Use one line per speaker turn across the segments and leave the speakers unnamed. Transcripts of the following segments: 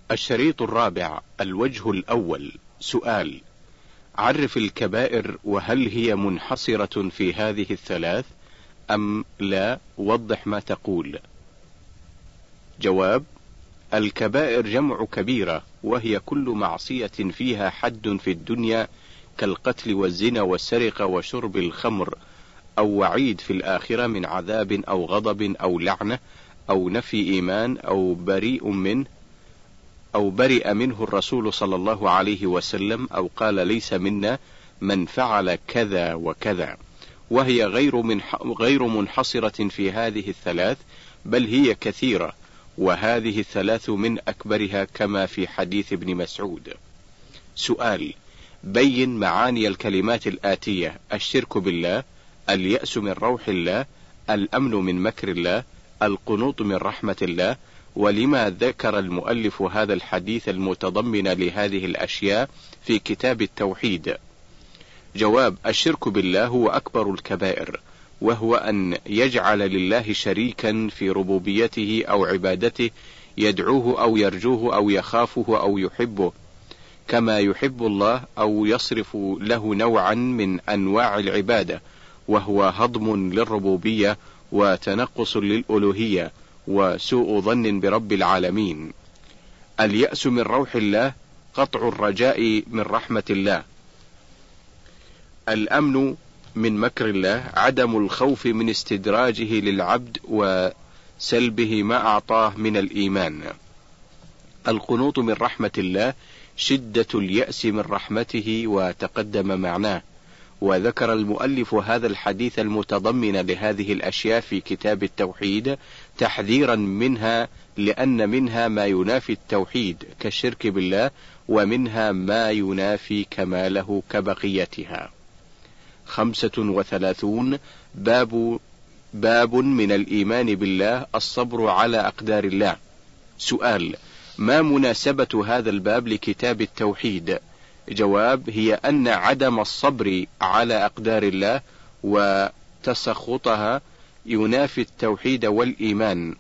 الشريط الرابع. الوجه الأول. سؤال: عرف الكبائر، وهل هي منحصرة في هذه الثلاث أم لا؟ وضح ما تقول. جواب: الكبائر جمع كبيرة، وهي كل معصية فيها حد في الدنيا كالقتل والزنا والسرقة وشرب الخمر، أو وعيد في الآخرة من عذاب أو غضب أو لعنة أو نفي إيمان أو برئ منه الرسول صلى الله عليه وسلم، أو قال ليس منا من فعل كذا وكذا، وهي غير منحصرة في هذه الثلاث، بل هي كثيرة، وهذه الثلاث من أكبرها كما في حديث ابن مسعود. سؤال: بين معاني الكلمات الآتية: الشرك بالله، اليأس من روح الله، الأمن من مكر الله، القنوط من رحمة الله، ولما ذكر المؤلف هذا الحديث المتضمن لهذه الأشياء في كتاب التوحيد. جواب: الشرك بالله هو أكبر الكبائر، وهو أن يجعل لله شريكا في ربوبيته أو عبادته، يدعوه أو يرجوه أو يخافه أو يحبه كما يحب الله، أو يصرف له نوعا من أنواع العبادة، وهو هضم للربوبية وتنقص للألوهية وسوء ظن برب العالمين. اليأس من روح الله، قطع الرجاء من رحمة الله. الأمن من مكر الله، عدم الخوف من استدراجه للعبد وسلبه ما أعطاه من الإيمان. القنوط من رحمة الله، شدة اليأس من رحمته، وتقدم معناه. وذكر المؤلف هذا الحديث المتضمن لهذه الأشياء في كتاب التوحيد تحذيرا منها، لأن منها ما ينافي التوحيد كالشرك بالله، ومنها ما ينافي كماله كبقيتها. 35. باب من الإيمان بالله: الصبر على أقدار الله. سؤال: ما مناسبة هذا الباب لكتاب التوحيد؟ جواب: هي أن عدم الصبر على أقدار الله وتسخطها ينافي التوحيد والإيمان.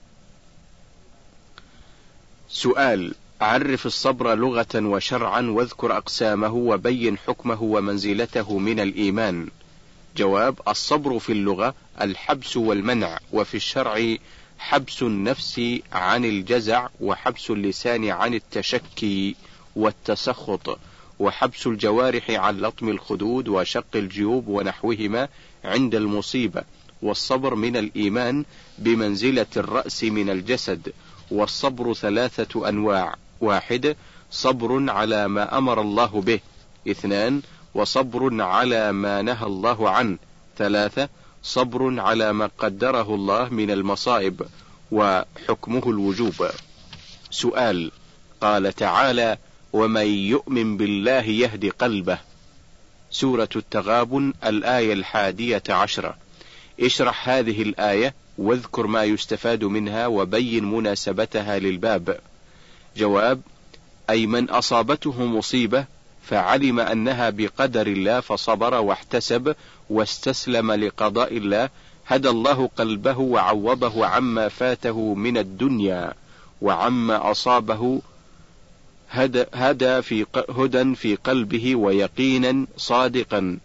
سؤال: عرف الصبر لغة وشرعا، واذكر أقسامه، وبين حكمه ومنزلته من الإيمان. جواب: الصبر في اللغة الحبس والمنع، وفي الشرع حبس النفس عن الجزع، وحبس اللسان عن التشكي والتسخط، وحبس الجوارح عن لطم الخدود وشق الجيوب ونحوهما عند المصيبة. والصبر من الإيمان بمنزلة الرأس من الجسد. والصبر 3 أنواع: 1. صبر على ما أمر الله به. 2. وصبر على ما نهى الله عنه. 3. صبر على ما قدره الله من المصائب، وحكمه الوجوب. سؤال: قال تعالى: ومن يؤمن بالله يهد قلبه. سورة التغابن، الآية 11. اشرح هذه الآية واذكر ما يستفاد منها، وبين مناسبتها للباب. جواب: أي من أصابته مصيبة فعلم أنها بقدر الله فصبر واحتسب واستسلم لقضاء الله، هدى الله قلبه وعوضه عما فاته من الدنيا وعما أصابه، هدى في قلبه ويقينا صادقا،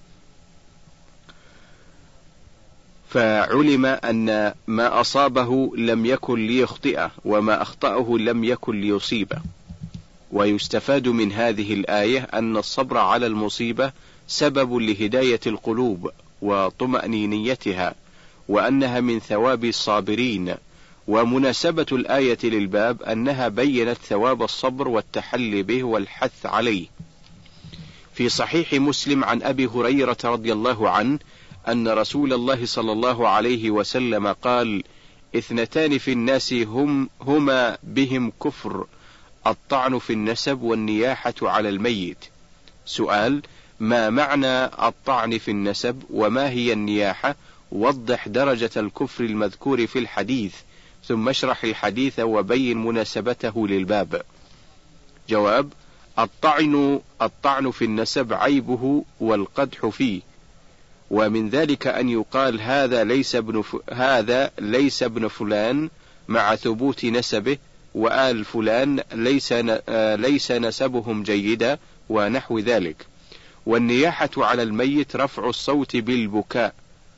فعلم أن ما أصابه لم يكن ليخطئه، وما أخطأه لم يكن ليصيبه. ويستفاد من هذه الآية أن الصبر على المصيبة سبب لهداية القلوب وطمأنينتها، وأنها من ثواب الصابرين. ومناسبة الآية للباب أنها بيّنت ثواب الصبر والتحلي به والحث عليه. في صحيح مسلم عن أبي هريرة رضي الله عنه أن رسول الله صلى الله عليه وسلم قال: 2 في الناس هما بهم كفر: الطعن في النسب والنياحة على الميت. سؤال: ما معنى الطعن في النسب، وما هي النياحة؟ وضح درجة الكفر المذكور في الحديث، ثم اشرح الحديث وبين مناسبته للباب. جواب: الطعن في النسب عيبه والقدح فيه، ومن ذلك أن يقال هذا ليس ابن فلان مع ثبوت نسبه، وآل فلان ليس نسبهم جيدا ونحو ذلك. والنياحة على الميت رفع الصوت بالبكاء.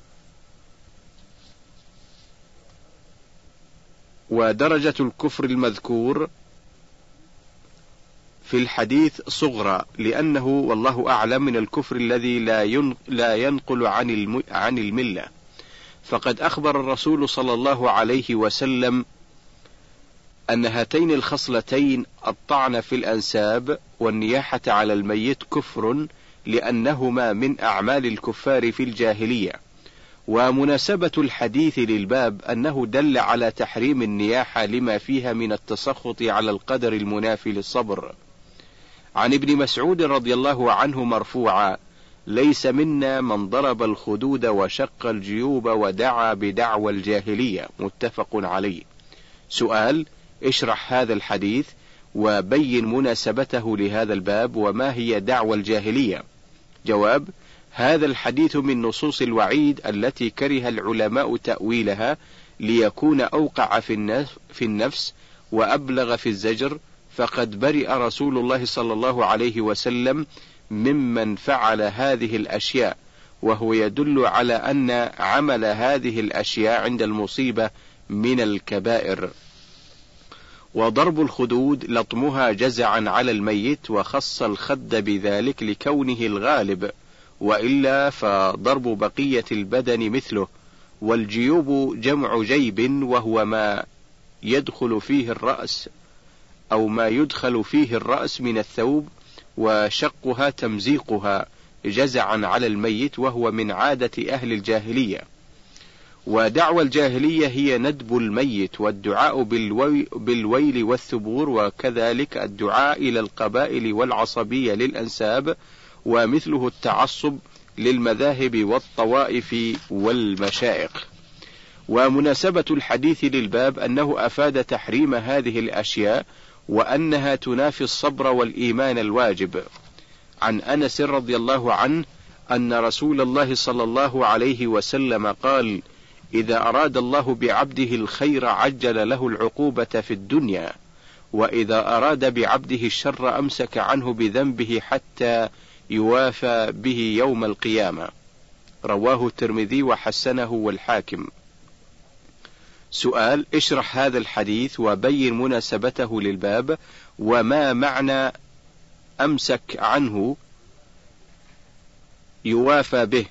ودرجة الكفر المذكور في الحديث صغرى، لأنه والله أعلم من الكفر الذي لا ينقل عن الملة. فقد أخبر الرسول صلى الله عليه وسلم أن هاتين الخصلتين، الطعن في الأنساب والنياحة على الميت، كفر، لأنهما من أعمال الكفار في الجاهلية. ومناسبة الحديث للباب أنه دل على تحريم النياحة لما فيها من التسخط على القدر المنافي للصبر. عن ابن مسعود رضي الله عنه مرفوعا: ليس منا من ضرب الخدود وشق الجيوب ودعا بدعوى الجاهلية. متفق عليه. سؤال: اشرح هذا الحديث وبين مناسبته لهذا الباب، وما هي دعوى الجاهلية؟ جواب: هذا الحديث من نصوص الوعيد التي كره العلماء تأويلها ليكون أوقع في النفس وأبلغ في الزجر، فقد برئ رسول الله صلى الله عليه وسلم ممن فعل هذه الأشياء، وهو يدل على أن عمل هذه الأشياء عند المصيبة من الكبائر. وضرب الخدود لطمها جزعا على الميت، وخص الخد بذلك لكونه الغالب، وإلا فضرب بقية البدن مثله. والجيوب جمع جيب، وهو ما يدخل فيه الرأس أو ما يدخل فيه الرأس من الثوب، وشقها تمزيقها جزعا على الميت، وهو من عادة أهل الجاهلية. ودعوى الجاهلية هي ندب الميت والدعاء بالويل والثبور، وكذلك الدعاء إلى القبائل والعصبية للأنساب، ومثله التعصب للمذاهب والطوائف والمشائخ. ومناسبة الحديث للباب أنه أفاد تحريم هذه الأشياء، وأنها تنافي الصبر والإيمان الواجب. عن أنس رضي الله عنه أن رسول الله صلى الله عليه وسلم قال: إذا أراد الله بعبده الخير عجل له العقوبة في الدنيا، وإذا أراد بعبده الشر أمسك عنه بذنبه حتى يوافى به يوم القيامة. رواه الترمذي وحسنه والحاكم. سؤال: اشرح هذا الحديث وبين مناسبته للباب، وما معنى أمسك عنه يوافى به؟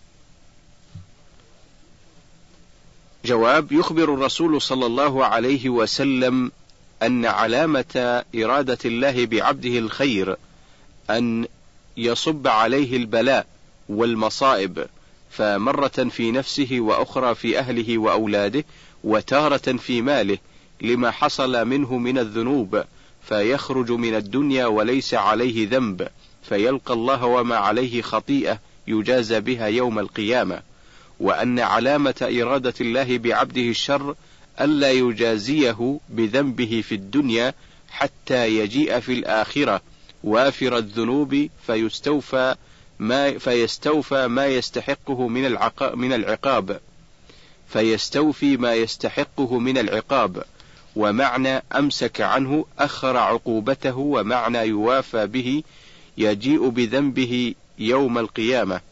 جواب: يخبر الرسول صلى الله عليه وسلم أن علامة إرادة الله بعبده الخير أن يصب عليه البلاء والمصائب، فمرة في نفسه وأخرى في أهله وأولاده، وتارة في ماله لما حصل منه من الذنوب، فيخرج من الدنيا وليس عليه ذنب، فيلقى الله وما عليه خطيئة يجازى بها يوم القيامة. وأن علامة إرادة الله بعبده الشر ألا يجازيه بذنبه في الدنيا حتى يجيء في الآخرة وافر الذنوب فيستوفى ما يستحقه من العقاب، فيستوفي ما يستحقه من العقاب. ومعنى أمسك عنه أخر عقوبته، ومعنى يوافى به يجيء بذنبه يوم القيامة.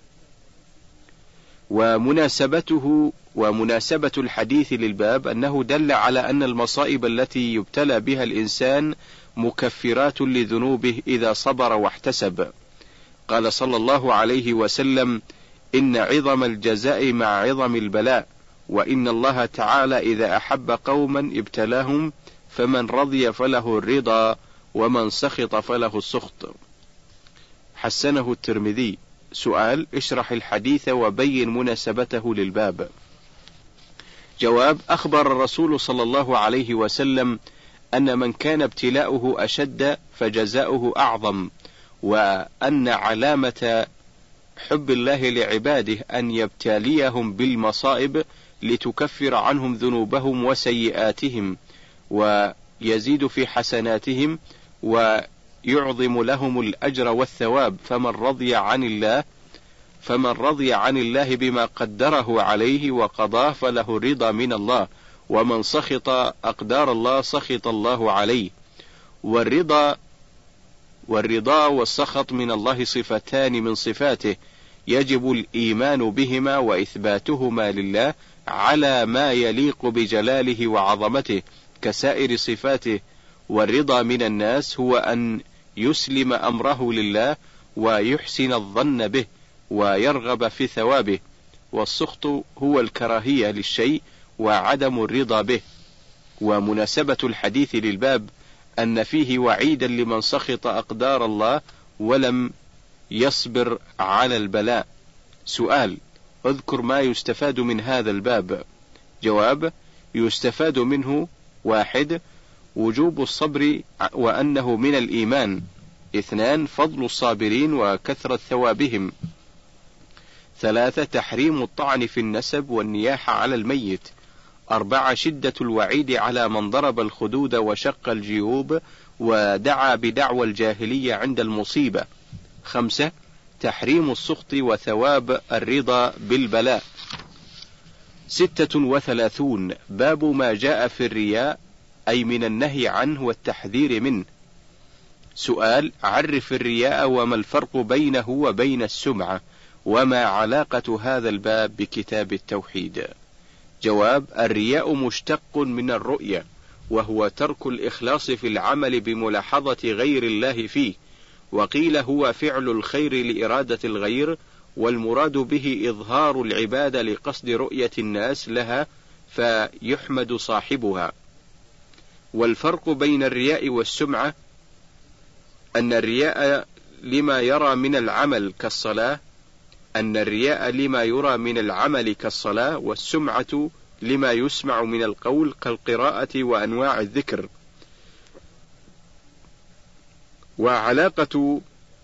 ومناسبة الحديث للباب أنه دل على أن المصائب التي يبتلى بها الإنسان مكفرات لذنوبه إذا صبر واحتسب. قال صلى الله عليه وسلم: إن عظم الجزاء مع عظم البلاء، وإن الله تعالى إذا أحب قوما ابتلاهم، فمن رضي فله الرضا، ومن سخط فله السخط. حسنه الترمذي. سؤال: اشرح الحديث وبين مناسبته للباب. جواب: أخبر الرسول صلى الله عليه وسلم أن من كان ابتلاؤه أشد فجزاؤه أعظم، وأن علامة حب الله لعباده أن يبتليهم بالمصائب لتكفر عنهم ذنوبهم وسيئاتهم، ويزيد في حسناتهم، ويعظم لهم الأجر والثواب. فمن رضي عن الله بما قدره عليه وقضاه فله الرضا من الله، ومن سخط أقدار الله سخط الله عليه. والرضا والسخط من الله صفتان من صفاته، يجب الإيمان بهما وإثباتهما لله على ما يليق بجلاله وعظمته كسائر صفاته. والرضا من الناس هو أن يسلم أمره لله ويحسن الظن به ويرغب في ثوابه. والسخط هو الكراهية للشيء وعدم الرضا به. ومناسبة الحديث للباب أن فيه وعيدا لمن سخط أقدار الله ولم يصبر على البلاء. سؤال: اذكر ما يستفاد من هذا الباب. جواب: يستفاد منه: 1. وجوب الصبر وأنه من الإيمان. 2. فضل الصابرين وكثرة ثوابهم. 3. تحريم الطعن في النسب والنياحة على الميت. 4. شدة الوعيد على من ضرب الخدود وشق الجيوب ودعا بدعوى الجاهلية عند المصيبة. 5. تحريم السخط وثواب الرضا بالبلاء. 36. باب ما جاء في الرياء، أي من النهي عنه والتحذير منه. سؤال: عرف الرياء وما الفرق بينه وبين السمعة، وما علاقة هذا الباب بكتاب التوحيد؟ جواب: الرياء مشتق من الرؤية، وهو ترك الإخلاص في العمل بملاحظة غير الله فيه. وقيل هو فعل الخير لإرادة الغير، والمراد به إظهار العبادة لقصد رؤية الناس لها فيحمد صاحبها. والفرق بين الرياء والسمعة أن الرياء لما يرى من العمل كالصلاة، والسمعة لما يسمع من القول كالقراءة وأنواع الذكر. وعلاقة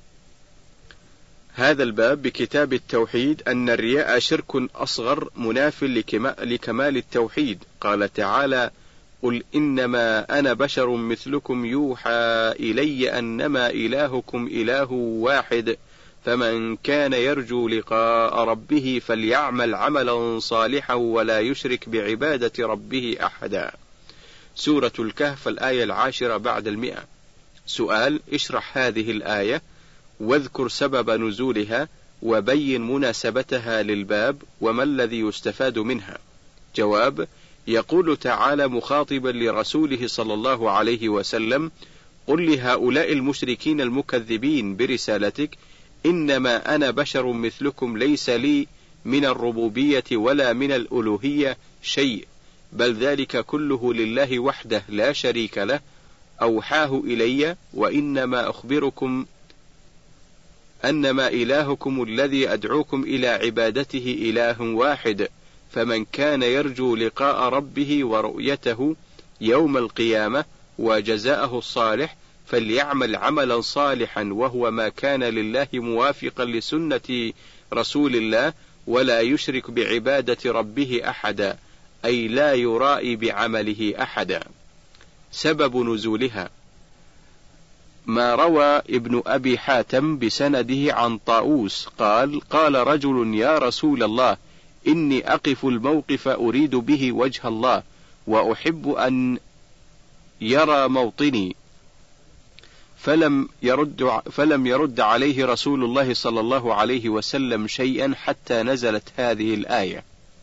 هذا الباب بكتاب التوحيد أن الرياء شرك أصغر مناف لكمال التوحيد. قال تعالى: قل إنما أنا بشر مثلكم يوحى إلي أنما إلهكم إله واحد فمن كان يرجو لقاء ربه فليعمل عملا صالحا ولا يشرك بعبادة ربه أحدا. سورة الكهف الآية 10 بعد 100. سؤال: اشرح هذه الآية واذكر سبب نزولها وبين مناسبتها للباب وما الذي يستفاد منها. جواب: يقول تعالى مخاطبا لرسوله صلى الله عليه وسلم: قل لهؤلاء المشركين المكذبين برسالتك إنما أنا بشر مثلكم ليس لي من الربوبية ولا من الألوهية شيء، بل ذلك كله لله وحده لا شريك له أوحاه إلي، وإنما أخبركم أنما إلهكم الذي أدعوكم إلى عبادته إله واحد، فمن كان يرجو لقاء ربه ورؤيته يوم القيامة وجزاءه الصالح فليعمل عملا صالحا وهو ما كان لله موافقا لسنة رسول الله ولا يشرك بعبادة ربه أحدا، أي لا يرائي بعمله أحدا. سبب نزولها: ما روى ابن أبي حاتم بسنده عن طاووس قال: قال رجل: يا رسول الله، إني أقف الموقف أريد به وجه الله وأحب أن يرى موطني، فلم يرد عليه رسول الله صلى الله عليه وسلم شيئا حتى نزلت هذه الآية.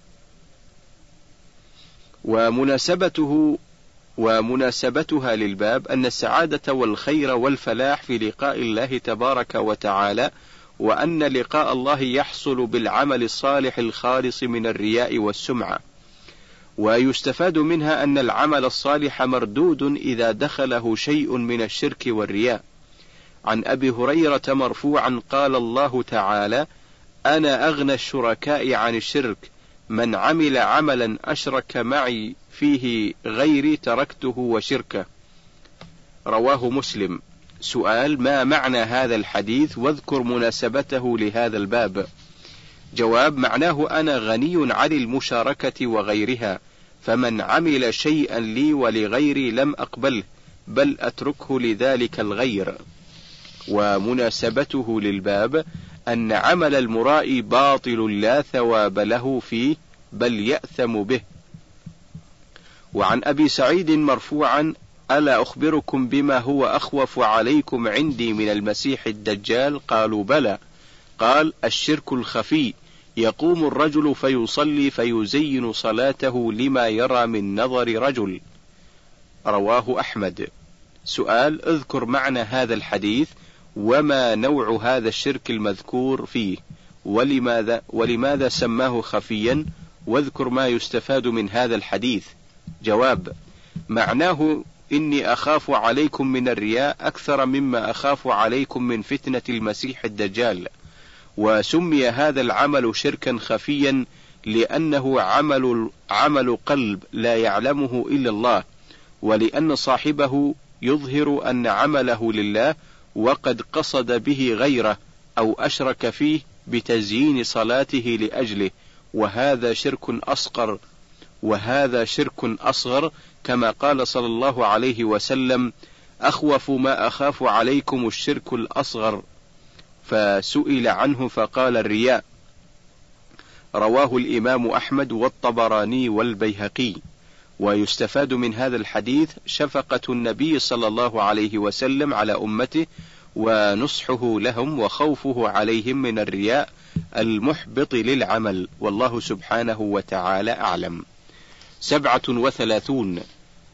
ومناسبتها للباب أن السعادة والخير والفلاح في لقاء الله تبارك وتعالى، وأن لقاء الله يحصل بالعمل الصالح الخالص من الرياء والسمعة. ويستفاد منها أن العمل الصالح مردود إذا دخله شيء من الشرك والرياء. عن أبي هريرة مرفوعا قال الله تعالى: أنا أغنى الشركاء عن الشرك، من عمل عملا أشرك معي فيه غيري تركته وشركه. رواه مسلم. سؤال: ما معنى هذا الحديث واذكر مناسبته لهذا الباب؟ جواب: معناه أنا غني عن المشاركة وغيرها، فمن عمل شيئا لي ولغيري لم أقبله بل أتركه لذلك الغير. ومناسبته للباب أن عمل المرائي باطل لا ثواب له فيه بل يأثم به. وعن أبي سعيد مرفوعا: ألا أخبركم بما هو أخوف عليكم عندي من المسيح الدجال؟ قالوا بلى. قال: الشرك الخفي، يقوم الرجل فيصلي فيزين صلاته لما يرى من نظر رجل. رواه أحمد. سؤال: اذكر معنى هذا الحديث، وما نوع هذا الشرك المذكور فيه، ولماذا سماه خفيا، واذكر ما يستفاد من هذا الحديث. جواب: معناه إني أخاف عليكم من الرياء أكثر مما أخاف عليكم من فتنة المسيح الدجال. وسمي هذا العمل شركا خفيا لأنه عمل قلب لا يعلمه إلا الله، ولأن صاحبه يظهر أن عمله لله وقد قصد به غيره أو أشرك فيه بتزيين صلاته لأجله، وهذا شرك أصغر، كما قال صلى الله عليه وسلم: أخوف ما أخاف عليكم الشرك الأصغر. فسئل عنه فقال: الرياء. رواه الإمام أحمد والطبراني والبيهقي. ويستفاد من هذا الحديث شفقة النبي صلى الله عليه وسلم على أمته، ونصحه لهم، وخوفه عليهم من الرياء المحبط للعمل، والله سبحانه وتعالى أعلم. 37.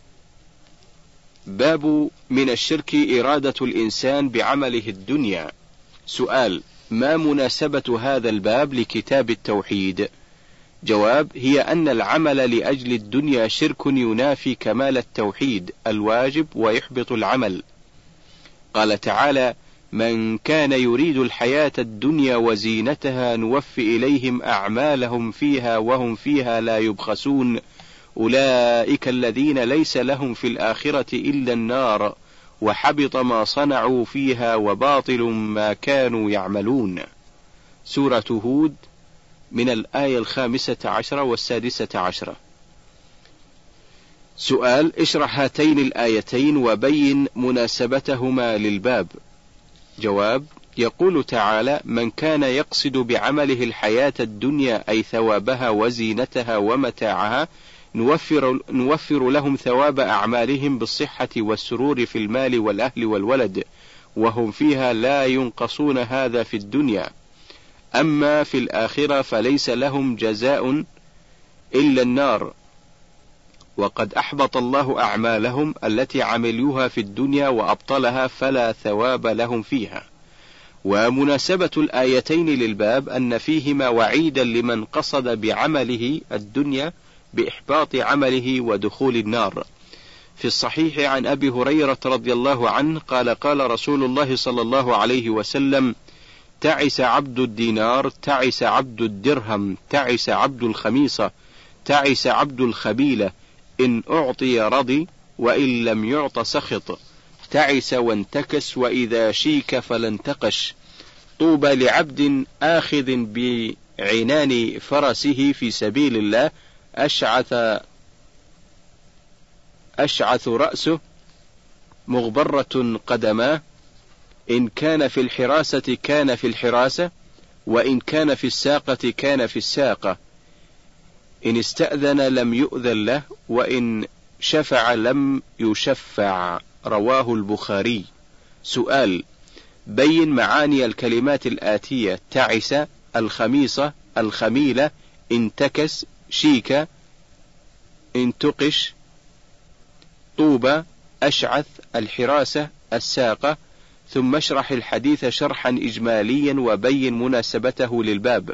باب من الشرك إرادة الإنسان بعمله الدنيا. سؤال: ما مناسبة هذا الباب لكتاب التوحيد؟ جواب: هي أن العمل لأجل الدنيا شرك ينافي كمال التوحيد الواجب ويحبط العمل. قال تعالى: من كان يريد الحياة الدنيا وزينتها نوفي إليهم أعمالهم فيها وهم فيها لا يبخسون، أولئك الذين ليس لهم في الآخرة إلا النار، وحبط ما صنعوا فيها وباطل ما كانوا يعملون. سورة هود، من الآية 15 و16. سؤال: اشرح هاتين الآيتين وبين مناسبتهما للباب. جواب: يقول تعالى: من كان يقصد بعمله الحياة الدنيا أي ثوابها وزينتها ومتاعها نوفر لهم ثواب أعمالهم بالصحة والسرور في المال والأهل والولد، وهم فيها لا ينقصون هذا في الدنيا. أما في الآخرة فليس لهم جزاء إلا النار، وقد أحبط الله أعمالهم التي عملوها في الدنيا وأبطلها، فلا ثواب لهم فيها. ومناسبة الآيتين للباب أن فيهما وعيدا لمن قصد بعمله الدنيا بإحباط عمله ودخول النار. في الصحيح عن أبي هريرة رضي الله عنه قال: قال رسول الله صلى الله عليه وسلم: تعس عبد الدينار، تعس عبد الدرهم، تعس عبد الخميصة، تعس عبد الخبيلة، إن أعطي رضي وإن لم يعط سخط، تعس وانتكس وإذا شيك فلا انتقش. طوبى لعبد آخذ بعنان فرسه في سبيل الله، أشعث رأسه، مغبرة قدماه، إن كان في الحراسة كان في الحراسة، وإن كان في الساقة كان في الساقة، إن استأذن لم يؤذن له، وإن شفع لم يشفع. رواه البخاري. سؤال: بين معاني الكلمات الآتية: تعس، الخميصة، الخميلة، انتكس، شيك، انتقش، طوبى، أشعث، الحراسة، الساقة، ثم اشرح الحديث شرحا إجماليا وبين مناسبته للباب.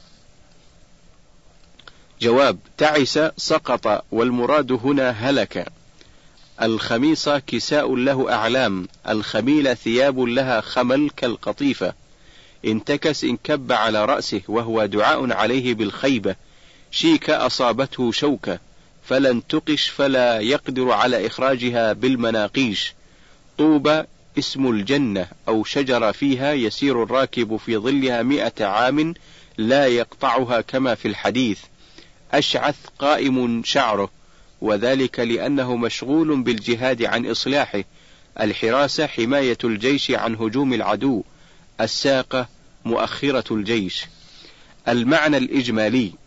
جواب: تعس سقط، والمراد هنا هلك. الخميصة كساء له أعلام، الخميلة ثياب لها خمل كالقطيفة، انتكس انكب على رأسه وهو دعاء عليه بالخيبة، شيك أصابته شوكة فلا انتقش فلا يقدر على إخراجها بالمناقيش. طوبى اسم الجنة أو شجرة فيها يسير الراكب في ظلها 100 عام لا يقطعها كما في الحديث. أشعث قائم شعره، وذلك لأنه مشغول بالجهاد عن إصلاحه. الحراسة حماية الجيش عن هجوم العدو. الساقة مؤخرة الجيش. المعنى الإجمالي: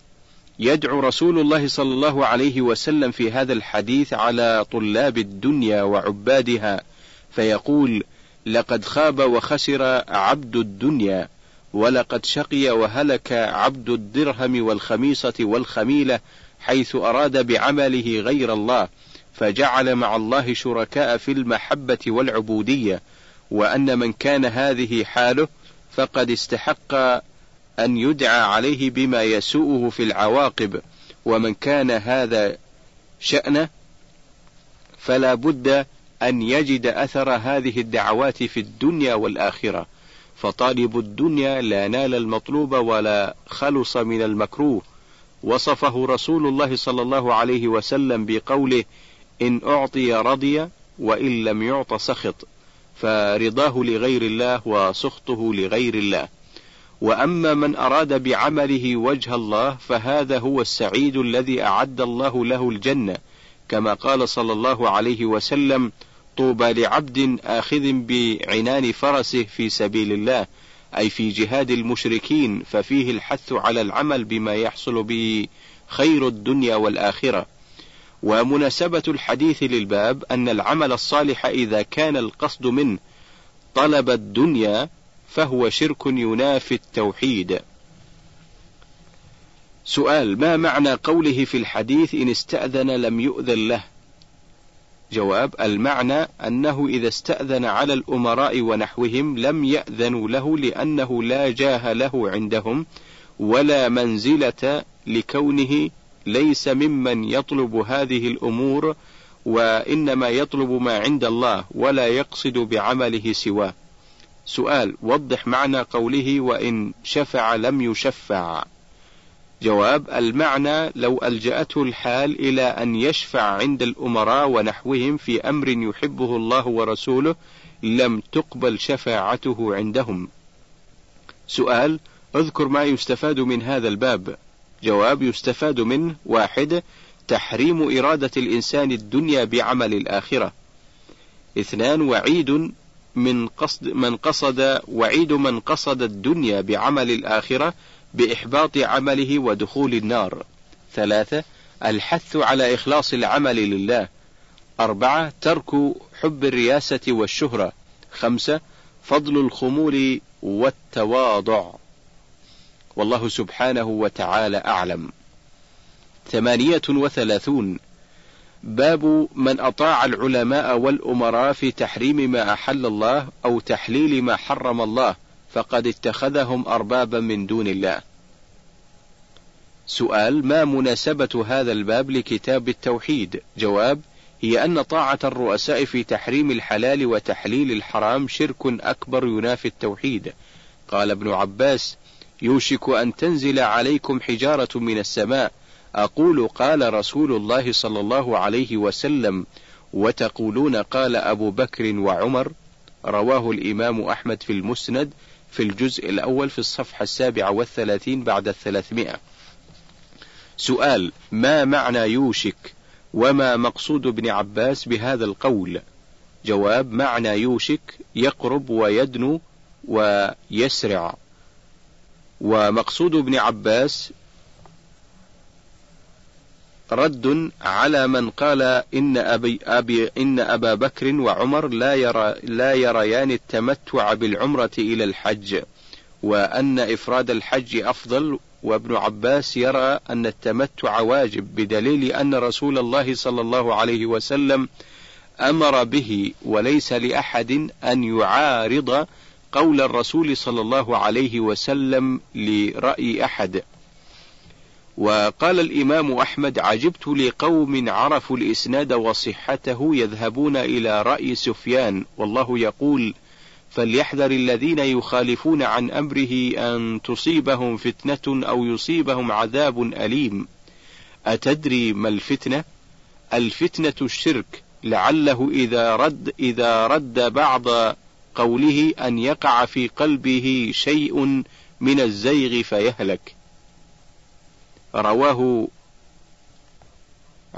يدعو رسول الله صلى الله عليه وسلم في هذا الحديث على طلاب الدنيا وعبادها، فيقول: لقد خاب وخسر عبد الدنيا، ولقد شقي وهلك عبد الدرهم والخميصة والخميلة، حيث أراد بعمله غير الله، فجعل مع الله شركاء في المحبة والعبودية، وأن من كان هذه حاله فقد استحق أن يدعى عليه بما يسوءه في العواقب، ومن كان هذا شأنه فلا بد أن يجد أثر هذه الدعوات في الدنيا والآخرة، فطالب الدنيا لا نال المطلوب ولا خلص من المكروه. وصفه رسول الله صلى الله عليه وسلم بقوله: إن أعطي رضي وإن لم يعط سخط، فرضاه لغير الله وسخطه لغير الله. وأما من أراد بعمله وجه الله فهذا هو السعيد الذي أعد الله له الجنة، كما قال صلى الله عليه وسلم: طوبى لعبد آخذ بعنان فرسه في سبيل الله، أي في جهاد المشركين، ففيه الحث على العمل بما يحصل به خير الدنيا والآخرة. ومناسبة الحديث للباب أن العمل الصالح إذا كان القصد منه طلب الدنيا فهو شرك ينافي التوحيد. سؤال: ما معنى قوله في الحديث: إن استأذن لم يؤذن له؟ جواب: المعنى أنه إذا استأذن على الأمراء ونحوهم لم يأذنوا له، لأنه لا جاه له عندهم ولا منزلة، لكونه ليس ممن يطلب هذه الأمور، وإنما يطلب ما عند الله ولا يقصد بعمله سواه. سؤال: وضح معنى قوله: وإن شفع لم يشفع؟ جواب: المعنى لو ألجأته الحال إلى أن يشفع عند الأمراء ونحوهم في أمر يحبه الله ورسوله لم تقبل شفاعته عندهم. سؤال: اذكر ما يستفاد من هذا الباب. جواب: يستفاد منه: 1. تحريم إرادة الإنسان الدنيا بعمل الآخرة. 2. وعيد من قصد الدنيا بعمل الآخرة بإحباط عمله ودخول النار. 3. الحث على إخلاص العمل لله. 4. ترك حب الرياسة والشهرة. 5. فضل الخمول والتواضع. والله سبحانه وتعالى أعلم. 38. باب من أطاع العلماء والأمراء في تحريم ما أحل الله أو تحليل ما حرم الله فقد اتخذهم أربابا من دون الله. سؤال: ما مناسبة هذا الباب لكتاب التوحيد؟ جواب: هي أن طاعة الرؤساء في تحريم الحلال وتحليل الحرام شرك أكبر ينافي التوحيد. قال ابن عباس: يوشك أن تنزل عليكم حجارة من السماء، أقول قال رسول الله صلى الله عليه وسلم، وتقولون قال أبو بكر وعمر. رواه الإمام أحمد في المسند في الجزء الأول في الصفحة 37 بعد 300. سؤال: ما معنى يوشك؟ وما مقصود ابن عباس بهذا القول؟ جواب: معنى يوشك يقرب ويدنو ويسرع. ومقصود ابن عباس رد على من قال إن أبا بكر وعمر لا يريان التمتع بالعمرة إلى الحج، وأن إفراد الحج أفضل، وابن عباس يرى أن التمتع واجب، بدليل أن رسول الله صلى الله عليه وسلم أمر به، وليس لأحد أن يعارض قول الرسول صلى الله عليه وسلم لرأي أحد. وقال الإمام أحمد: عجبت لقوم عرفوا الإسناد وصحته يذهبون إلى رأي سفيان، والله يقول: فليحذر الذين يخالفون عن أمره أن تصيبهم فتنة أو يصيبهم عذاب أليم. أتدري ما الفتنة؟ الفتنة الشرك، لعله إذا رد بعض قوله أن يقع في قلبه شيء من الزيغ فيهلك. رواه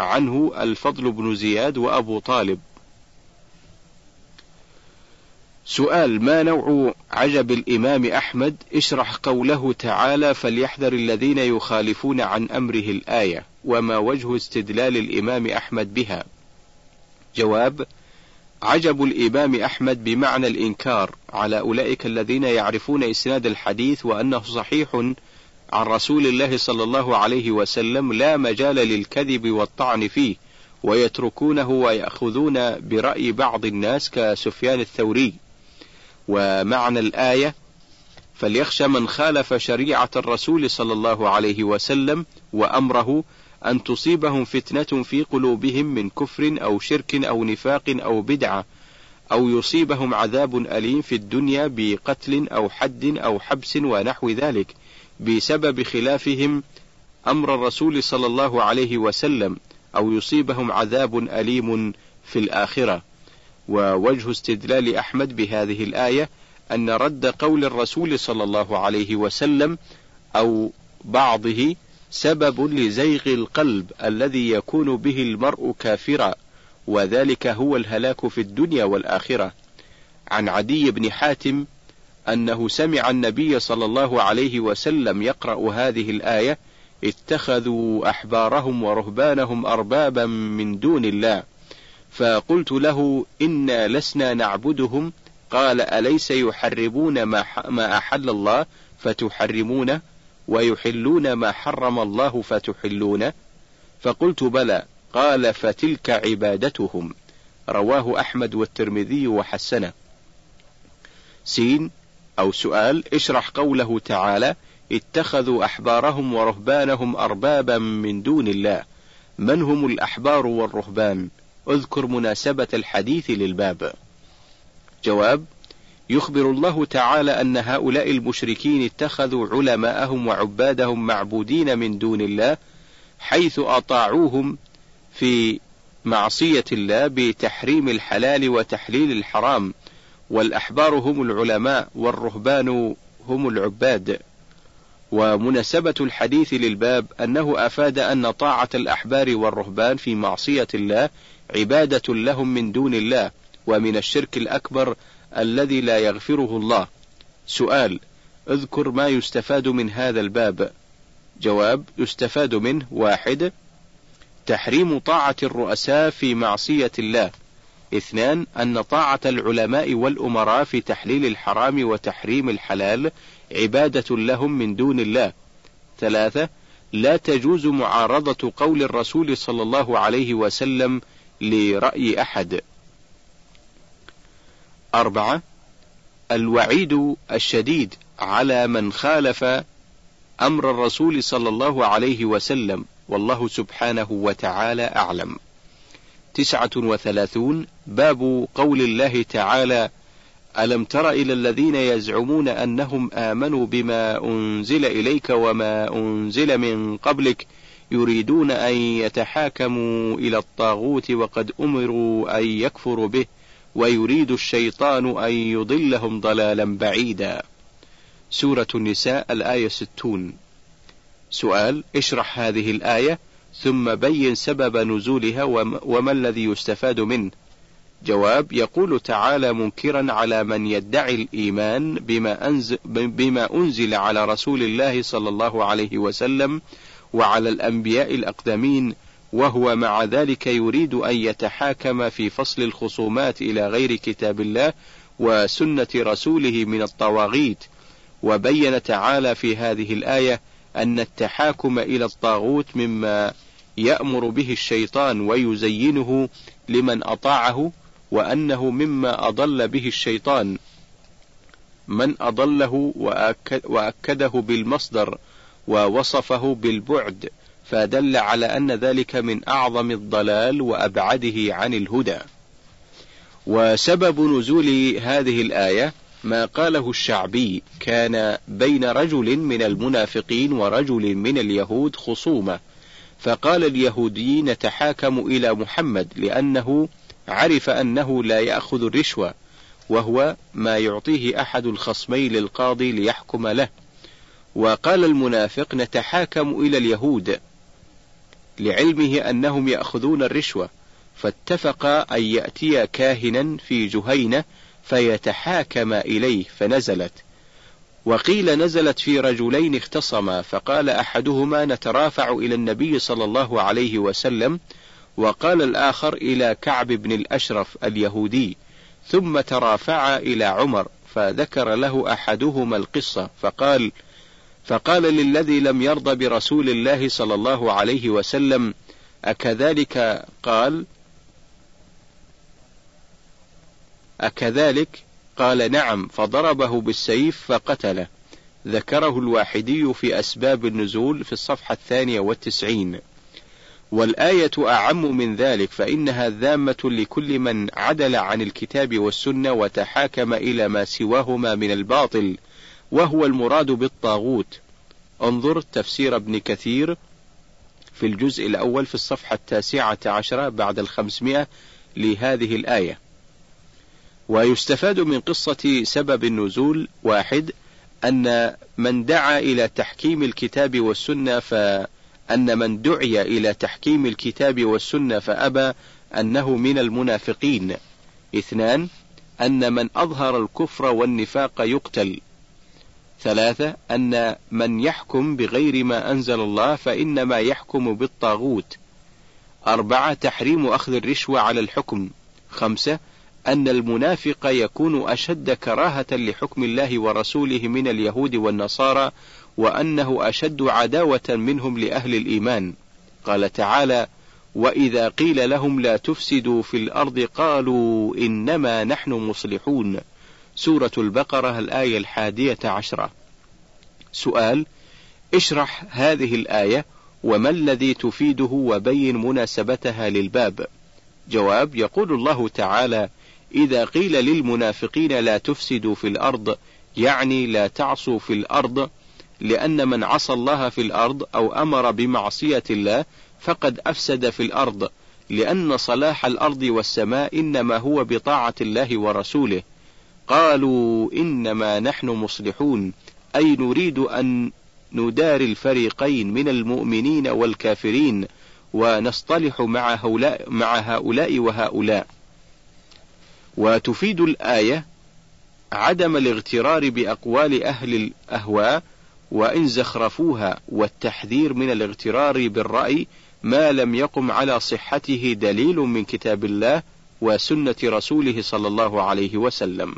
عنه الفضل بن زياد وأبو طالب. سؤال: ما نوع عجب الإمام أحمد؟ اشرح قوله تعالى: فليحذر الذين يخالفون عن أمره الآية، وما وجه استدلال الإمام أحمد بها؟ جواب: عجب الإمام أحمد بمعنى الإنكار على أولئك الذين يعرفون إسناد الحديث وأنه صحيح عن رسول الله صلى الله عليه وسلم، لا مجال للكذب والطعن فيه، ويتركونه ويأخذون برأي بعض الناس كسفيان الثوري. ومعنى الآية: فليخشى من خالف شريعة الرسول صلى الله عليه وسلم وأمره أن تصيبهم فتنة في قلوبهم من كفر أو شرك أو نفاق أو بدعة، أو يصيبهم عذاب أليم في الدنيا بقتل أو حد أو حبس ونحو ذلك بسبب خلافهم أمر الرسول صلى الله عليه وسلم، أو يصيبهم عذاب أليم في الآخرة. ووجه استدلال أحمد بهذه الآية أن رد قول الرسول صلى الله عليه وسلم أو بعضه سبب لزيغ القلب الذي يكون به المرء كافرا، وذلك هو الهلاك في الدنيا والآخرة. عن عدي بن حاتم أنه سمع النبي صلى الله عليه وسلم يقرأ هذه الآية: اتخذوا أحبارهم ورهبانهم أربابا من دون الله، فقلت له: إنا لسنا نعبدهم. قال: أليس يحرمون ما أحل الله فتحرمونه، ويحلون ما حرم الله فتحلونه؟ فقلت: بلى. قال: فتلك عبادتهم. رواه أحمد والترمذي وحسنه. أو سؤال: اشرح قوله تعالى: اتخذوا أحبارهم ورهبانهم أربابا من دون الله. من هم الأحبار والرهبان؟ اذكر مناسبة الحديث للباب. جواب: يخبر الله تعالى أن هؤلاء المشركين اتخذوا علماءهم وعبادهم معبودين من دون الله، حيث أطاعوهم في معصية الله بتحريم الحلال وتحليل الحرام، والأحبار هم العلماء والرهبان هم العباد. ومناسبة الحديث للباب أنه أفاد أن طاعة الأحبار والرهبان في معصية الله عبادة لهم من دون الله، ومن الشرك الأكبر الذي لا يغفره الله. سؤال: اذكر ما يستفاد من هذا الباب. جواب: يستفاد منه: 1. تحريم طاعة الرؤساء في معصية الله. 2. أن طاعة العلماء والأمراء في تحليل الحرام وتحريم الحلال عبادة لهم من دون الله. 3. لا تجوز معارضة قول الرسول صلى الله عليه وسلم لرأي أحد. 4. الوعيد الشديد على من خالف أمر الرسول صلى الله عليه وسلم، والله سبحانه وتعالى أعلم. 39. باب قول الله تعالى: ألم تر إلى الذين يزعمون أنهم آمنوا بما أنزل إليك وما أنزل من قبلك يريدون أن يتحاكموا إلى الطاغوت وقد أمروا أن يكفروا به ويريد الشيطان أن يضلهم ضلالا بعيدا. سورة النساء الآية 60. سؤال: اشرح هذه الآية ثم بين سبب نزولها وما الذي يستفاد منه. جواب: يقول تعالى منكرا على من يدعي الإيمان بما أنزل على رسول الله صلى الله عليه وسلم وعلى الأنبياء الأقدمين، وهو مع ذلك يريد أن يتحاكم في فصل الخصومات إلى غير كتاب الله وسنة رسوله من الطواغيت. وبين تعالى في هذه الآية أن التحاكم إلى الطاغوت مما يأمر به الشيطان ويزينه لمن أطاعه، وأنه مما أضل به الشيطان من أضله وأكده بالمصدر ووصفه بالبعد، فدل على أن ذلك من أعظم الضلال وأبعده عن الهدى. وسبب نزول هذه الآية ما قاله الشعبي: كان بين رجل من المنافقين ورجل من اليهود خصومة، فقال اليهودي: نتحاكم إلى محمد لأنه عرف أنه لا يأخذ الرشوة، وهو ما يعطيه أحد الخصمين للقاضي ليحكم له. وقال المنافق: نتحاكم إلى اليهود لعلمه أنهم يأخذون الرشوة، فاتفقا أن يأتيا كاهنا في جهينة فيتحاكم إليه، فنزلت. وقيل نزلت في رجلين اختصما، فقال أحدهما نترافع إلى النبي صلى الله عليه وسلم، وقال الآخر إلى كعب بن الأشرف اليهودي، ثم ترافعا إلى عمر، فذكر له أحدهما القصة، فقال للذي لم يرضى برسول الله صلى الله عليه وسلم: أكذلك قال؟ أكذلك؟ قال: نعم. فضربه بالسيف فقتله. ذكره الواحدي في أسباب النزول في الصفحة 92. والآية أعم من ذلك، فإنها ذامة لكل من عدل عن الكتاب والسنة وتحاكم إلى ما سواهما من الباطل، وهو المراد بالطاغوت. انظر تفسير ابن كثير في الجزء الأول في الصفحة 19 بعد 500 لهذه الآية. ويستفاد من قصة سبب النزول: 1. أن من دعا إلى تحكيم الكتاب والسنة من دعي إلى تحكيم الكتاب والسنة فأبى أنه من المنافقين. 2. أن من أظهر الكفر والنفاق يقتل. 3. أن من يحكم بغير ما أنزل الله فإنما يحكم بالطاغوت. 4. تحريم أخذ الرشوة على الحكم. 5. أن المنافق يكون أشد كراهة لحكم الله ورسوله من اليهود والنصارى، وأنه أشد عداوة منهم لأهل الإيمان. قال تعالى: وإذا قيل لهم لا تفسدوا في الأرض قالوا إنما نحن مصلحون. سورة البقرة الآية 11. سؤال: اشرح هذه الآية وما الذي تفيده وبين مناسبتها للباب. جواب: يقول الله تعالى: إذا قيل للمنافقين لا تفسدوا في الأرض، يعني لا تعصوا في الأرض، لأن من عصى الله في الأرض أو أمر بمعصية الله فقد أفسد في الأرض، لأن صلاح الأرض والسماء إنما هو بطاعة الله ورسوله. قالوا إنما نحن مصلحون، أي نريد أن نداري الفريقين من المؤمنين والكافرين ونصطلح مع هؤلاء وهؤلاء. وتفيد الآية عدم الاغترار بأقوال أهل الأهواء وإن زخرفوها، والتحذير من الاغترار بالرأي ما لم يقم على صحته دليل من كتاب الله وسنة رسوله صلى الله عليه وسلم.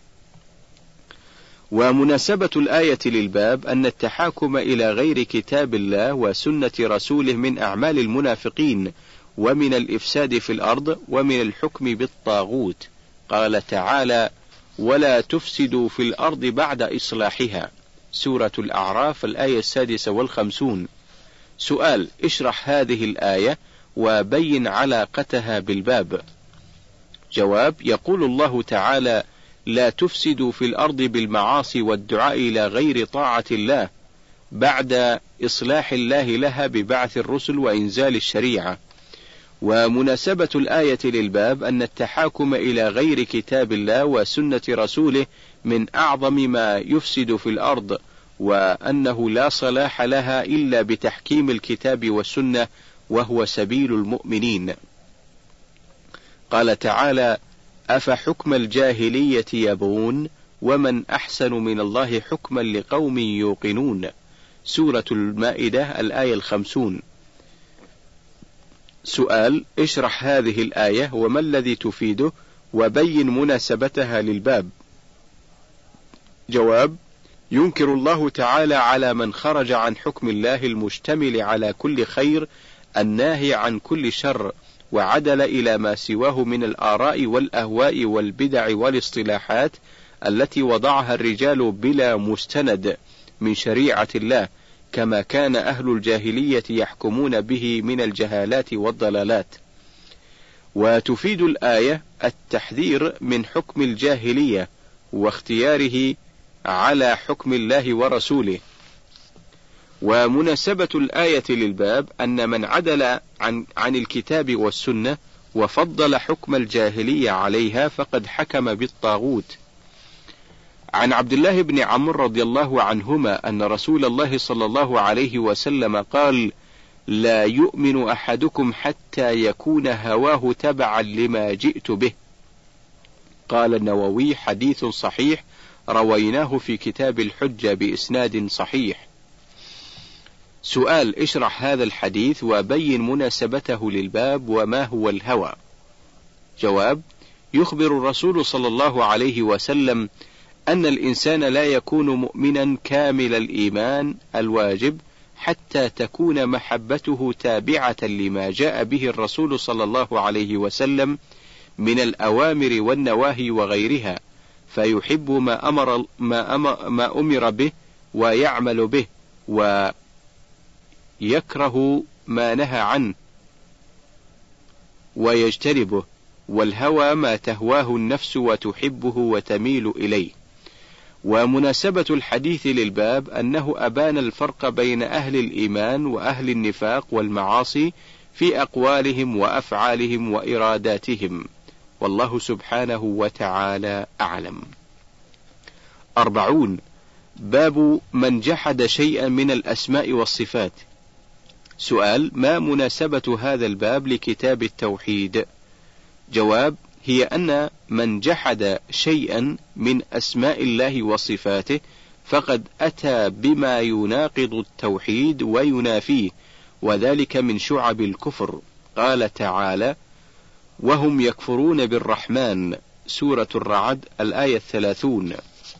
ومناسبة الآية للباب أن التحاكم إلى غير كتاب الله وسنة رسوله من أعمال المنافقين ومن الإفساد في الأرض ومن الحكم بالطاغوت. قال تعالى: ولا تفسدوا في الأرض بعد إصلاحها. سورة الأعراف الآية 56. سؤال: اشرح هذه الآية وبين علاقتها بالباب. جواب: يقول الله تعالى: لا تفسدوا في الأرض بالمعاصي والدعاء إلى غير طاعة الله، بعد إصلاح الله لها ببعث الرسل وإنزال الشريعة. ومناسبة الآية للباب أن التحاكم إلى غير كتاب الله وسنة رسوله من أعظم ما يفسد في الأرض، وأنه لا صلاح لها إلا بتحكيم الكتاب والسنة، وهو سبيل المؤمنين. قال تعالى: أفحكم الجاهلية يبغون ومن أحسن من الله حكما لقوم يوقنون. سورة المائدة الآية 50. سؤال: اشرح هذه الآية وما الذي تفيده وبين مناسبتها للباب. جواب: ينكر الله تعالى على من خرج عن حكم الله المشتمل على كل خير الناهي عن كل شر، وعدل إلى ما سواه من الآراء والأهواء والبدع والاصطلاحات التي وضعها الرجال بلا مستند من شريعة الله، كما كان أهل الجاهلية يحكمون به من الجهالات والضلالات. وتفيد الآية التحذير من حكم الجاهلية واختياره على حكم الله ورسوله. ومناسبة الآية للباب أن من عدل عن الكتاب والسنة وفضل حكم الجاهلية عليها فقد حكم بالطاغوت. عن عبد الله بن عمرو رضي الله عنهما أن رسول الله صلى الله عليه وسلم قال: لا يؤمن أحدكم حتى يكون هواه تبعا لما جئت به. قال النووي: حديث صحيح رويناه في كتاب الحجة بإسناد صحيح. سؤال: اشرح هذا الحديث وبين مناسبته للباب، وما هو الهوى؟ جواب: يخبر الرسول صلى الله عليه وسلم أن الإنسان لا يكون مؤمنا كامل الإيمان الواجب حتى تكون محبته تابعة لما جاء به الرسول صلى الله عليه وسلم من الأوامر والنواهي وغيرها، فيحب ما أمر به ويعمل به، ويكره ما نهى عنه ويجتنبه. والهوى ما تهواه النفس وتحبه وتميل إليه. ومناسبة الحديث للباب أنه أبان الفرق بين أهل الإيمان وأهل النفاق والمعاصي في أقوالهم وأفعالهم وإراداتهم، والله سبحانه وتعالى أعلم. 40. باب من جحد شيئا من الأسماء والصفات. سؤال: ما مناسبة هذا الباب لكتاب التوحيد؟ جواب: هي أن من جحد شيئا من أسماء الله وصفاته فقد أتى بما يناقض التوحيد وينافيه، وذلك من شعب الكفر. قال تعالى: وهم يكفرون بالرحمن، سورة الرعد الآية 30.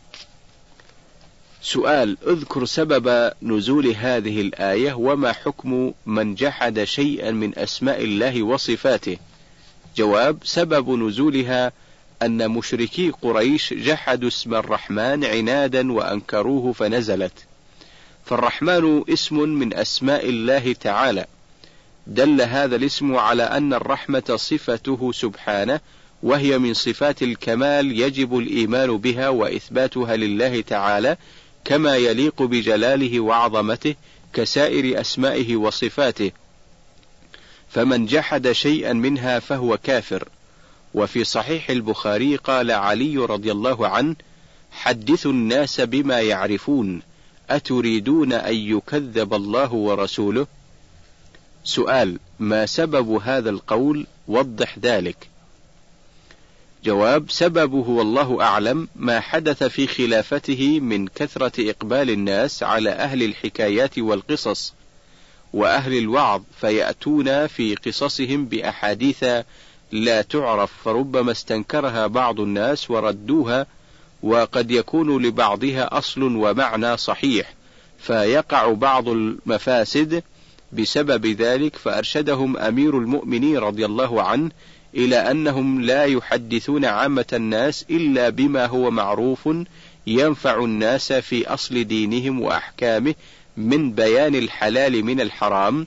سؤال: اذكر سبب نزول هذه الآية، وما حكم من جحد شيئا من أسماء الله وصفاته؟ جواب: سبب نزولها أن مشركي قريش جحدوا اسم الرحمن عنادا وأنكروه فنزلت. فالرحمن اسم من أسماء الله تعالى، دل هذا الاسم على أن الرحمة صفته سبحانه، وهي من صفات الكمال يجب الإيمان بها وإثباتها لله تعالى كما يليق بجلاله وعظمته كسائر أسمائه وصفاته، فمن جحد شيئا منها فهو كافر. وفي صحيح البخاري قال علي رضي الله عنه: حدثوا الناس بما يعرفون، أتريدون أن يكذب الله ورسوله؟ سؤال: ما سبب هذا القول؟ وضح ذلك. جواب: سببه والله أعلم ما حدث في خلافته من كثرة إقبال الناس على أهل الحكايات والقصص وأهل الوعظ، فيأتون في قصصهم بأحاديث لا تعرف، فربما استنكرها بعض الناس وردوها، وقد يكون لبعضها أصل ومعنى صحيح، فيقع بعض المفاسد بسبب ذلك. فأرشدهم أمير المؤمنين رضي الله عنه إلى أنهم لا يحدثون عامة الناس إلا بما هو معروف ينفع الناس في أصل دينهم وأحكامه، من بيان الحلال من الحرام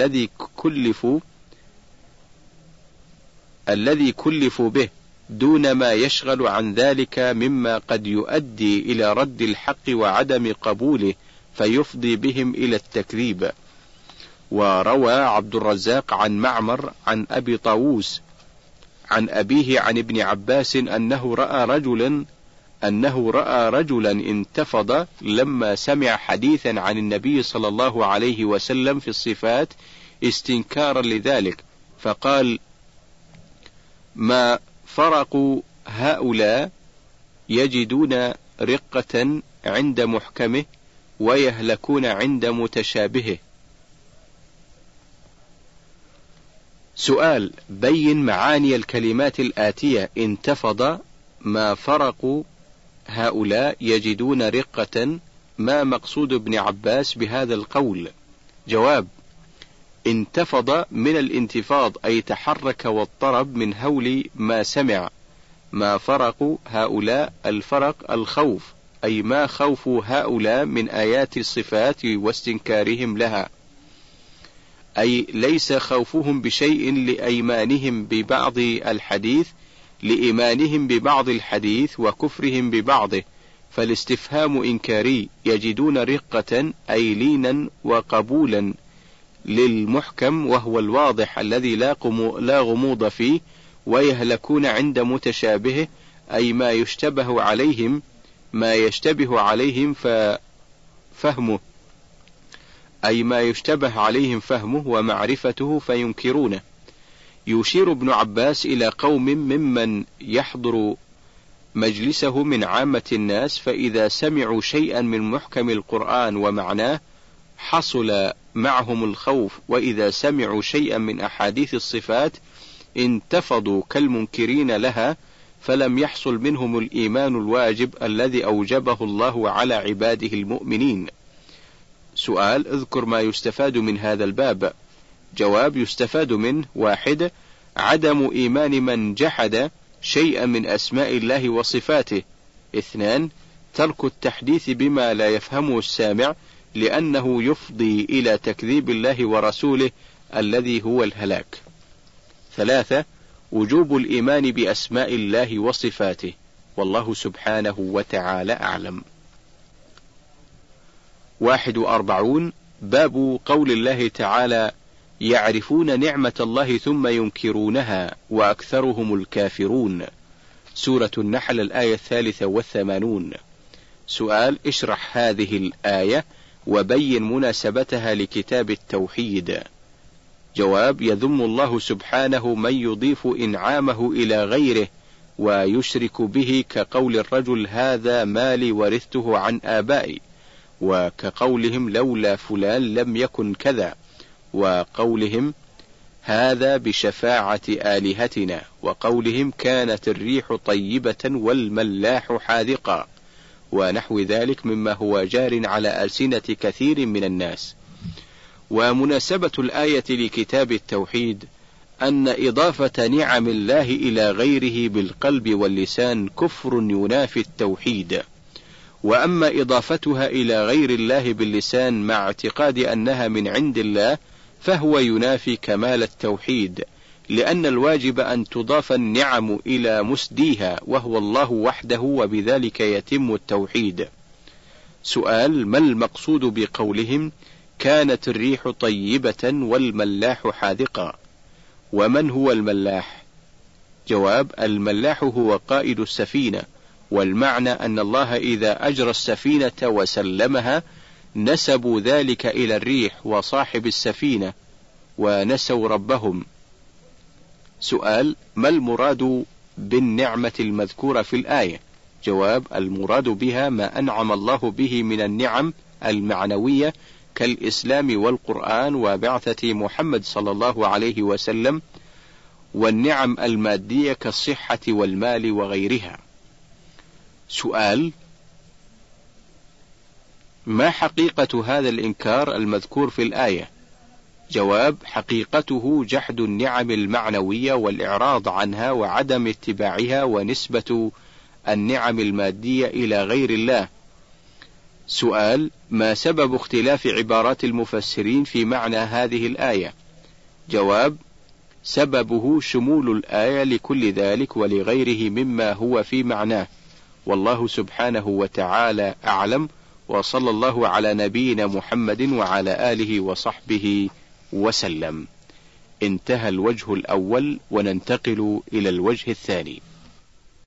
الذي كلفوا به، دون ما يشغل عن ذلك مما قد يؤدي إلى رد الحق وعدم قبوله، فيفضي بهم إلى التكذيب. وروى عبد الرزاق عن معمر عن أبي طاووس عن أبيه عن ابن عباس أنه رأى رجلا انتفض لما سمع حديثا عن النبي صلى الله عليه وسلم في الصفات استنكارا لذلك، فقال: ما فرق هؤلاء يجدون رقة عند محكمه ويهلكون عند متشابهه. سؤال: بين معاني الكلمات الآتية: انتفض، ما فرق هؤلاء يجدون رقة، ما مقصود ابن عباس بهذا القول؟ جواب: انتفض من الانتفاض أي تحرك واضطرب من هول ما سمع. ما فرق هؤلاء، الفرق الخوف، أي ما خوف هؤلاء من آيات الصفات واستنكارهم لها، أي ليس خوفهم بشيء لإيمانهم ببعض الحديث وكفرهم ببعضه، فالاستفهام إنكاري. يجدون رقة أي لينا وقبولا للمحكم وهو الواضح الذي لا غموض فيه، ويهلكون عند متشابهه أي ما يشتبه عليهم ففهمه، أي ما يشتبه عليهم فهمه ومعرفته فينكرونه. يشير ابن عباس إلى قوم ممن يحضر مجلسه من عامة الناس، فإذا سمعوا شيئا من محكم القرآن ومعناه حصل معهم الخوف، وإذا سمعوا شيئا من أحاديث الصفات انتفضوا كالمنكرين لها، فلم يحصل منهم الإيمان الواجب الذي أوجبه الله على عباده المؤمنين. سؤال: اذكر ما يستفاد من هذا الباب. جواب: يستفاد منه: 1. عدم إيمان من جحد شيئا من أسماء الله وصفاته. 2. ترك التحديث بما لا يفهمه السامع، لأنه يفضي إلى تكذيب الله ورسوله الذي هو الهلاك. 3. وجوب الإيمان بأسماء الله وصفاته، والله سبحانه وتعالى أعلم. 41. باب قول الله تعالى: يعرفون نعمة الله ثم ينكرونها وأكثرهم الكافرون. سورة النحل الآية 83. سؤال: اشرح هذه الآية وبين مناسبتها لكتاب التوحيد. جواب: يذم الله سبحانه من يضيف إنعامه إلى غيره ويشرك به، كقول الرجل: هذا مالي ورثته عن آبائي، وكقولهم: لولا فلان لم يكن كذا، وقولهم: هذا بشفاعة آلهتنا، وقولهم: كانت الريح طيبة والملاح حاذقا، ونحو ذلك مما هو جار على ألسنة كثير من الناس. ومناسبة الآية لكتاب التوحيد أن إضافة نعم الله إلى غيره بالقلب واللسان كفر ينافي التوحيد، وأما إضافتها إلى غير الله باللسان مع اعتقاد أنها من عند الله فهو ينافي كمال التوحيد، لأن الواجب أن تضاف النعم إلى مسديها وهو الله وحده، وبذلك يتم التوحيد. سؤال: ما المقصود بقولهم كانت الريح طيبة والملاح حاذقا؟ ومن هو الملاح؟ جواب: الملاح هو قائد السفينة، والمعنى أن الله إذا أجرى السفينة وسلمها نسبوا ذلك إلى الريح وصاحب السفينة ونسوا ربهم. سؤال: ما المراد بالنعمة المذكورة في الآية؟ جواب: المراد بها ما أنعم الله به من النعم المعنوية كالإسلام والقرآن وبعثة محمد صلى الله عليه وسلم، والنعم المادية كالصحة والمال وغيرها. سؤال: ما حقيقة هذا الإنكار المذكور في الآية؟ جواب: حقيقته جحد النعم المعنوية والإعراض عنها وعدم اتباعها ونسبة النعم المادية إلى غير الله. سؤال: ما سبب اختلاف عبارات المفسرين في معنى هذه الآية؟ جواب: سببه شمول الآية لكل ذلك ولغيره مما هو في معناه، والله سبحانه وتعالى أعلم، وصلى الله على نبينا محمد وعلى آله وصحبه وسلم. انتهى الوجه الأول، وننتقل إلى الوجه الثاني.